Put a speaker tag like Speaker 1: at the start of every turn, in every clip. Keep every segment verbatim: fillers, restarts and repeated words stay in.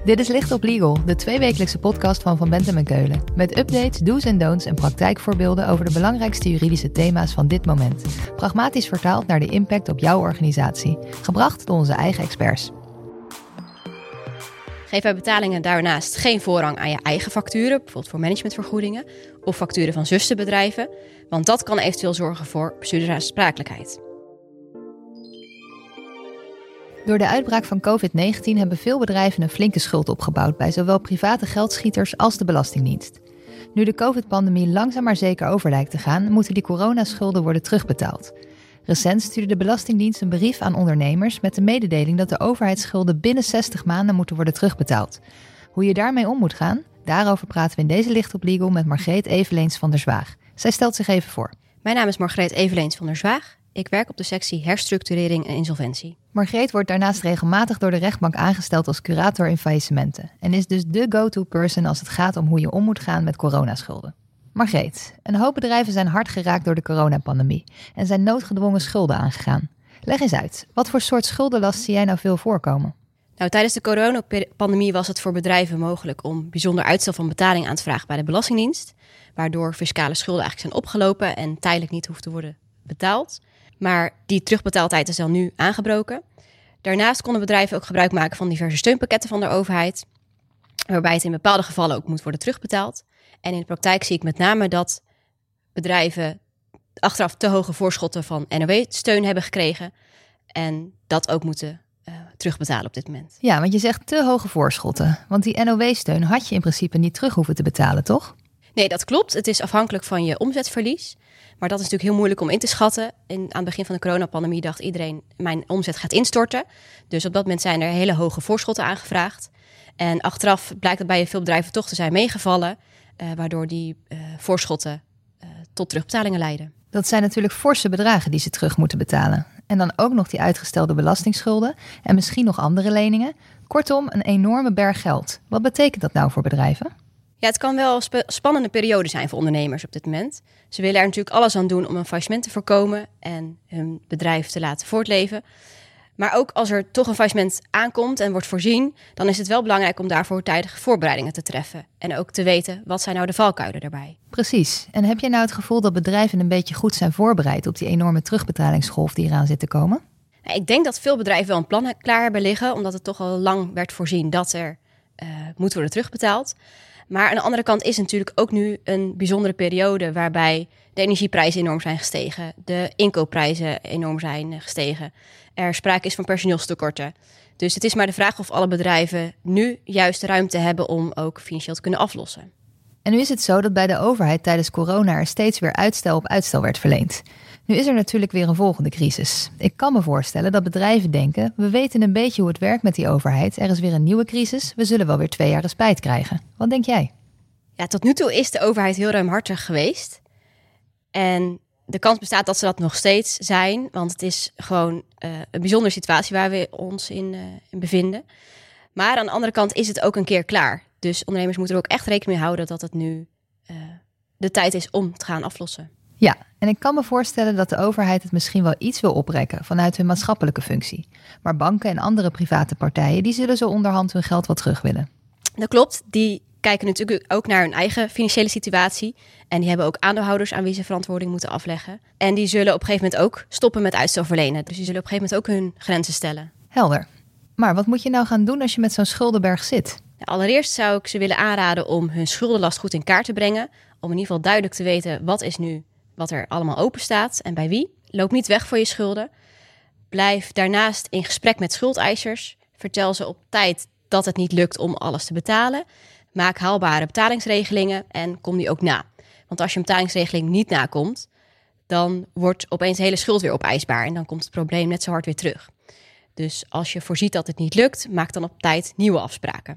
Speaker 1: Dit is Licht op Legal, de tweewekelijkse podcast van Van Bentem en Keulen. Met updates, do's en don'ts en praktijkvoorbeelden over de belangrijkste juridische thema's van dit moment. Pragmatisch vertaald naar de impact op jouw organisatie. Gebracht door onze eigen experts.
Speaker 2: Geef bij betalingen daarnaast geen voorrang aan je eigen facturen, bijvoorbeeld voor managementvergoedingen of facturen van zusterbedrijven, want dat kan eventueel zorgen voor bestuurdersaansprakelijkheid.
Speaker 1: Door de uitbraak van covid negentien hebben veel bedrijven een flinke schuld opgebouwd bij zowel private geldschieters als de Belastingdienst. Nu de covid-pandemie langzaam maar zeker over lijkt te gaan, moeten die coronaschulden worden terugbetaald. Recent stuurde de Belastingdienst een brief aan ondernemers met de mededeling dat de overheidsschulden binnen zestig maanden moeten worden terugbetaald. Hoe je daarmee om moet gaan, daarover praten we in deze Licht op Legal met Margreet Eveleens van der Zwaag. Zij stelt zich even voor.
Speaker 2: Mijn naam is Margreet Eveleens van der Zwaag. Ik werk op de sectie herstructurering en insolventie.
Speaker 1: Margreet wordt daarnaast regelmatig door de rechtbank aangesteld als curator in faillissementen en is dus de go-to person als het gaat om hoe je om moet gaan met coronaschulden. Margreet, een hoop bedrijven zijn hard geraakt door de coronapandemie en zijn noodgedwongen schulden aangegaan. Leg eens uit, wat voor soort schuldenlast zie jij nou veel voorkomen?
Speaker 2: Nou, tijdens de coronapandemie was het voor bedrijven mogelijk om bijzonder uitstel van betaling aan te vragen bij de Belastingdienst, waardoor fiscale schulden eigenlijk zijn opgelopen en tijdelijk niet hoeft te worden betaald. Maar die terugbetaaltijd is dan nu aangebroken. Daarnaast konden bedrijven ook gebruik maken van diverse steunpakketten van de overheid, waarbij het in bepaalde gevallen ook moet worden terugbetaald. En in de praktijk zie ik met name dat bedrijven achteraf te hoge voorschotten van N O W-steun hebben gekregen en dat ook moeten uh, terugbetalen op dit moment.
Speaker 1: Ja, want je zegt te hoge voorschotten, want die N O W-steun had je in principe niet terug hoeven te betalen, toch?
Speaker 2: Nee, dat klopt. Het is afhankelijk van je omzetverlies. Maar dat is natuurlijk heel moeilijk om in te schatten. In, aan het begin van de coronapandemie dacht iedereen, mijn omzet gaat instorten. Dus op dat moment zijn er hele hoge voorschotten aangevraagd. En achteraf blijkt het bij veel bedrijven toch te zijn meegevallen, Uh, waardoor die uh, voorschotten uh, tot terugbetalingen leiden.
Speaker 1: Dat zijn natuurlijk forse bedragen die ze terug moeten betalen. En dan ook nog die uitgestelde belastingsschulden en misschien nog andere leningen. Kortom, een enorme berg geld. Wat betekent dat nou voor bedrijven?
Speaker 2: Ja, het kan wel een sp- spannende periode zijn voor ondernemers op dit moment. Ze willen er natuurlijk alles aan doen om een faillissement te voorkomen en hun bedrijf te laten voortleven. Maar ook als er toch een faillissement aankomt en wordt voorzien, dan is het wel belangrijk om daarvoor tijdige voorbereidingen te treffen. En ook te weten, wat zijn nou de valkuilen daarbij?
Speaker 1: Precies. En heb je nou het gevoel dat bedrijven een beetje goed zijn voorbereid op die enorme terugbetalingsgolf die eraan zit te komen?
Speaker 2: Nou, ik denk dat veel bedrijven wel een plan klaar hebben liggen, omdat het toch al lang werd voorzien dat er uh, moet worden terugbetaald. Maar aan de andere kant is natuurlijk ook nu een bijzondere periode waarbij de energieprijzen enorm zijn gestegen, de inkoopprijzen enorm zijn gestegen. Er sprake is van personeelstekorten. Dus het is maar de vraag of alle bedrijven nu juist de ruimte hebben om ook financieel te kunnen aflossen.
Speaker 1: En nu is het zo dat bij de overheid tijdens corona er steeds weer uitstel op uitstel werd verleend. Nu is er natuurlijk weer een volgende crisis. Ik kan me voorstellen dat bedrijven denken, we weten een beetje hoe het werkt met die overheid. Er is weer een nieuwe crisis, we zullen wel weer twee jaar de spijt krijgen. Wat denk jij?
Speaker 2: Ja, tot nu toe is de overheid heel ruimhartig geweest. En de kans bestaat dat ze dat nog steeds zijn, want het is gewoon uh, een bijzondere situatie waar we ons in, uh, in bevinden. Maar aan de andere kant is het ook een keer klaar. Dus ondernemers moeten er ook echt rekening mee houden dat het nu uh, de tijd is om te gaan aflossen.
Speaker 1: Ja, en ik kan me voorstellen dat de overheid het misschien wel iets wil oprekken vanuit hun maatschappelijke functie. Maar banken en andere private partijen, die zullen zo onderhand hun geld wel terug willen.
Speaker 2: Dat klopt, die kijken natuurlijk ook naar hun eigen financiële situatie. En die hebben ook aandeelhouders aan wie ze verantwoording moeten afleggen. En die zullen op een gegeven moment ook stoppen met uitstel verlenen. Dus die zullen op een gegeven moment ook hun grenzen stellen.
Speaker 1: Helder. Maar wat moet je nou gaan doen als je met zo'n schuldenberg zit?
Speaker 2: Allereerst zou ik ze willen aanraden om hun schuldenlast goed in kaart te brengen. Om in ieder geval duidelijk te weten wat is nu wat er allemaal open staat en bij wie. Loop niet weg voor je schulden. Blijf daarnaast in gesprek met schuldeisers. Vertel ze op tijd dat het niet lukt om alles te betalen. Maak haalbare betalingsregelingen en kom die ook na. Want als je een betalingsregeling niet nakomt, dan wordt opeens de hele schuld weer opeisbaar. En dan komt het probleem net zo hard weer terug. Dus als je voorziet dat het niet lukt, maak dan op tijd nieuwe afspraken.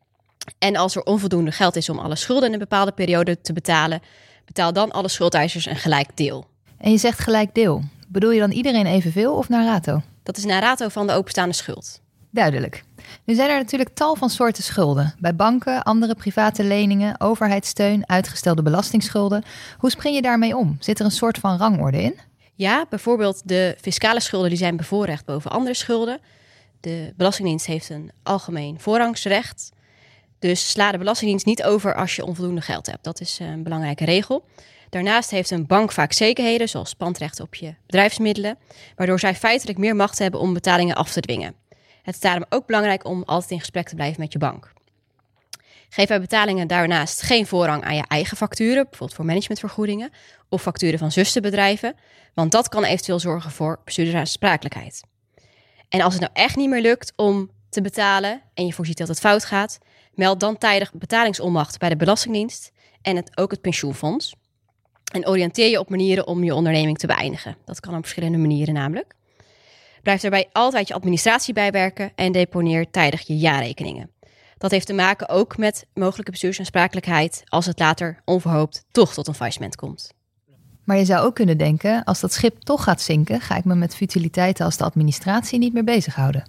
Speaker 2: En als er onvoldoende geld is om alle schulden in een bepaalde periode te betalen, betaal dan alle schuldeisers een gelijk deel.
Speaker 1: En je zegt gelijk deel. Bedoel je dan iedereen evenveel of naar rato?
Speaker 2: Dat is naar rato van de openstaande schuld.
Speaker 1: Duidelijk. Nu zijn er natuurlijk tal van soorten schulden. Bij banken, andere private leningen, overheidssteun, uitgestelde belastingsschulden. Hoe spring je daarmee om? Zit er een soort van rangorde in?
Speaker 2: Ja, bijvoorbeeld de fiscale schulden die zijn bevoorrecht boven andere schulden. De Belastingdienst heeft een algemeen voorrangsrecht. Dus sla de Belastingdienst niet over als je onvoldoende geld hebt. Dat is een belangrijke regel. Daarnaast heeft een bank vaak zekerheden, zoals pandrechten op je bedrijfsmiddelen, waardoor zij feitelijk meer macht hebben om betalingen af te dwingen. Het is daarom ook belangrijk om altijd in gesprek te blijven met je bank. Geef bij betalingen daarnaast geen voorrang aan je eigen facturen, bijvoorbeeld voor managementvergoedingen of facturen van zusterbedrijven, want dat kan eventueel zorgen voor bestuurdersaansprakelijkheid. En als het nou echt niet meer lukt om te betalen en je voorziet dat het fout gaat, meld dan tijdig betalingsonmacht bij de Belastingdienst en het, ook het pensioenfonds. En oriënteer je op manieren om je onderneming te beëindigen. Dat kan op verschillende manieren namelijk. Blijf daarbij altijd je administratie bijwerken en deponeer tijdig je jaarrekeningen. Dat heeft te maken ook met mogelijke bestuursaansprakelijkheid als het later onverhoopt toch tot een faillissement komt.
Speaker 1: Maar je zou ook kunnen denken, als dat schip toch gaat zinken, ga ik me met futiliteiten als de administratie niet meer bezighouden.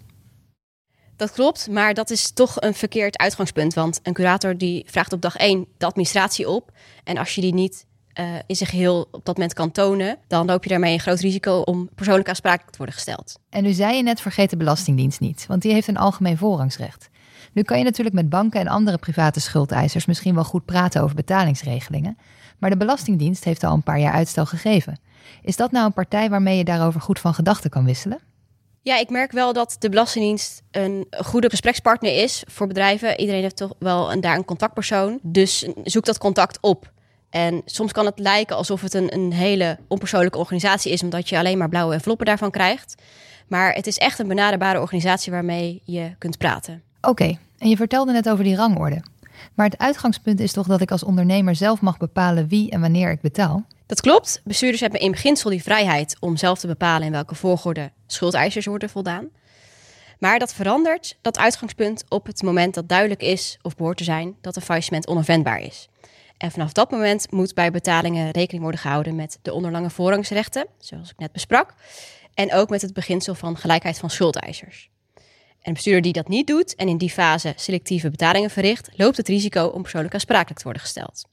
Speaker 2: Dat klopt, maar dat is toch een verkeerd uitgangspunt. Want een curator die vraagt op dag één de administratie op. En als je die niet uh, in zijn geheel op dat moment kan tonen, dan loop je daarmee een groot risico om persoonlijk aansprakelijk te worden gesteld.
Speaker 1: En nu zei je net, vergeet de Belastingdienst niet, want die heeft een algemeen voorrangsrecht. Nu kan je natuurlijk met banken en andere private schuldeisers misschien wel goed praten over betalingsregelingen. Maar de Belastingdienst heeft al een paar jaar uitstel gegeven. Is dat nou een partij waarmee je daarover goed van gedachten kan wisselen?
Speaker 2: Ja, ik merk wel dat de Belastingdienst een goede gesprekspartner is voor bedrijven. Iedereen heeft toch wel een, daar een contactpersoon. Dus zoek dat contact op. En soms kan het lijken alsof het een, een hele onpersoonlijke organisatie is, omdat je alleen maar blauwe enveloppen daarvan krijgt. Maar het is echt een benaderbare organisatie waarmee je kunt praten.
Speaker 1: Oké, okay, en je vertelde net over die rangorde. Maar het uitgangspunt is toch dat ik als ondernemer zelf mag bepalen wie en wanneer ik betaal?
Speaker 2: Dat klopt. Bestuurders hebben in beginsel die vrijheid om zelf te bepalen in welke volgorde schuldeisers worden voldaan. Maar dat verandert, dat uitgangspunt, op het moment dat duidelijk is of behoort te zijn dat een faillissement onafwendbaar is. En vanaf dat moment moet bij betalingen rekening worden gehouden met de onderlange voorrangsrechten, zoals ik net besprak, en ook met het beginsel van gelijkheid van schuldeisers. Een bestuurder die dat niet doet en in die fase selectieve betalingen verricht, loopt het risico om persoonlijk aansprakelijk te worden gesteld.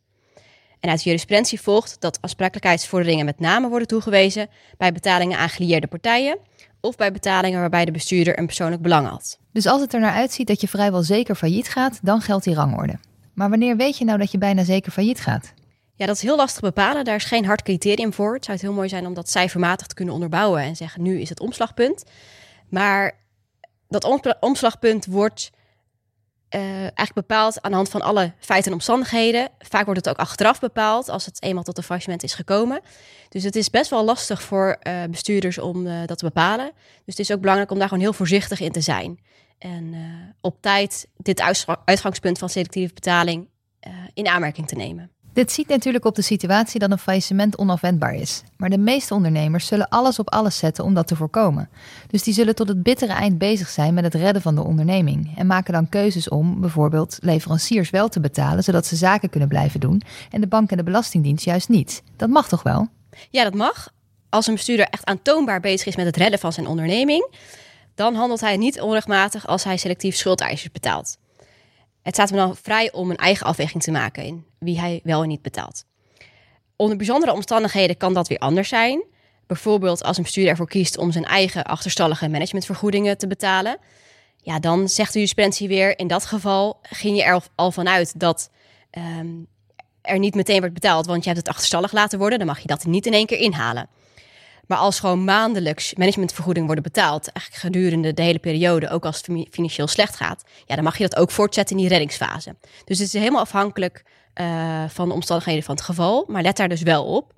Speaker 2: En uit jurisprudentie volgt dat aansprakelijkheidsvorderingen met name worden toegewezen bij betalingen aan gelieerde partijen of bij betalingen waarbij de bestuurder een persoonlijk belang had.
Speaker 1: Dus als het er naar uitziet dat je vrijwel zeker failliet gaat, dan geldt die rangorde. Maar wanneer weet je nou dat je bijna zeker failliet gaat?
Speaker 2: Ja, dat is heel lastig bepalen. Daar is geen hard criterium voor. Het zou het heel mooi zijn om dat cijfermatig te kunnen onderbouwen en zeggen, nu is het omslagpunt. Maar dat omslagpunt wordt uh, eigenlijk bepaald aan de hand van alle feiten en omstandigheden. Vaak wordt het ook achteraf bepaald als het eenmaal tot een faillissement is gekomen. Dus het is best wel lastig voor uh, bestuurders om uh, dat te bepalen. Dus het is ook belangrijk om daar gewoon heel voorzichtig in te zijn. En uh, op tijd dit uitgangspunt van selectieve betaling uh, in aanmerking te nemen.
Speaker 1: Dit ziet natuurlijk op de situatie dat een faillissement onafwendbaar is. Maar de meeste ondernemers zullen alles op alles zetten om dat te voorkomen. Dus die zullen tot het bittere eind bezig zijn met het redden van de onderneming. En maken dan keuzes om bijvoorbeeld leveranciers wel te betalen, zodat ze zaken kunnen blijven doen. En de bank en de Belastingdienst juist niet. Dat mag toch wel?
Speaker 2: Ja, dat mag. Als een bestuurder echt aantoonbaar bezig is met het redden van zijn onderneming, dan handelt hij niet onrechtmatig als hij selectief schuldeisers betaalt. Het staat hem dan vrij om een eigen afweging te maken in wie hij wel en niet betaalt. Onder bijzondere omstandigheden kan dat weer anders zijn. Bijvoorbeeld als een bestuurder ervoor kiest om zijn eigen achterstallige managementvergoedingen te betalen. Ja, dan zegt de jurisprudentie weer, in dat geval ging je er al vanuit dat um, er niet meteen wordt betaald, want je hebt het achterstallig laten worden. Dan mag je dat niet in één keer inhalen. Maar als gewoon maandelijks managementvergoedingen worden betaald, eigenlijk gedurende de hele periode, ook als het financieel slecht gaat, ja, dan mag je dat ook voortzetten in die reddingsfase. Dus het is helemaal afhankelijk uh, van de omstandigheden van het geval, maar let daar dus wel op.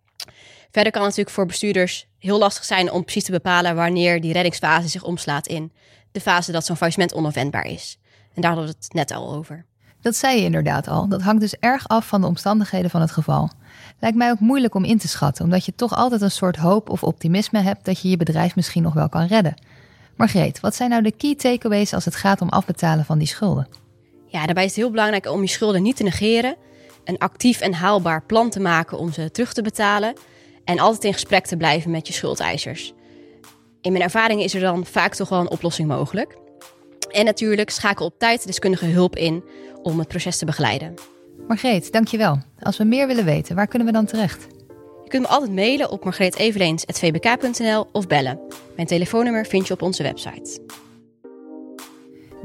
Speaker 2: Verder kan het natuurlijk voor bestuurders heel lastig zijn om precies te bepalen wanneer die reddingsfase zich omslaat in de fase dat zo'n faillissement onafwendbaar is. En daar hadden we het net al over.
Speaker 1: Dat zei je inderdaad al. Dat hangt dus erg af van de omstandigheden van het geval. Lijkt mij ook moeilijk om in te schatten, omdat je toch altijd een soort hoop of optimisme hebt dat je je bedrijf misschien nog wel kan redden. Margreet, wat zijn nou de key takeaways als het gaat om afbetalen van die schulden?
Speaker 2: Ja, daarbij is het heel belangrijk om je schulden niet te negeren, een actief en haalbaar plan te maken om ze terug te betalen en altijd in gesprek te blijven met je schuldeisers. In mijn ervaring is er dan vaak toch wel een oplossing mogelijk. En natuurlijk schakel op tijd deskundige hulp in om het proces te begeleiden.
Speaker 1: Margreet, dankjewel. Als we meer willen weten, waar kunnen we dan terecht?
Speaker 2: Je kunt me altijd mailen op margreet eveneens apenstaartje v b k punt n l of bellen. Mijn telefoonnummer vind je op onze website.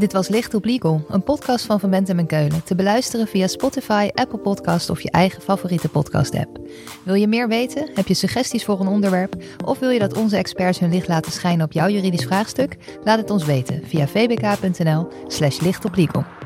Speaker 1: Dit was Licht op Legal, een podcast van Van Bentem en Keulen. Te beluisteren via Spotify, Apple Podcast of je eigen favoriete podcast-app. Wil je meer weten? Heb je suggesties voor een onderwerp? Of wil je dat onze experts hun licht laten schijnen op jouw juridisch vraagstuk? Laat het ons weten via vbk.nl slash lichtoplegal.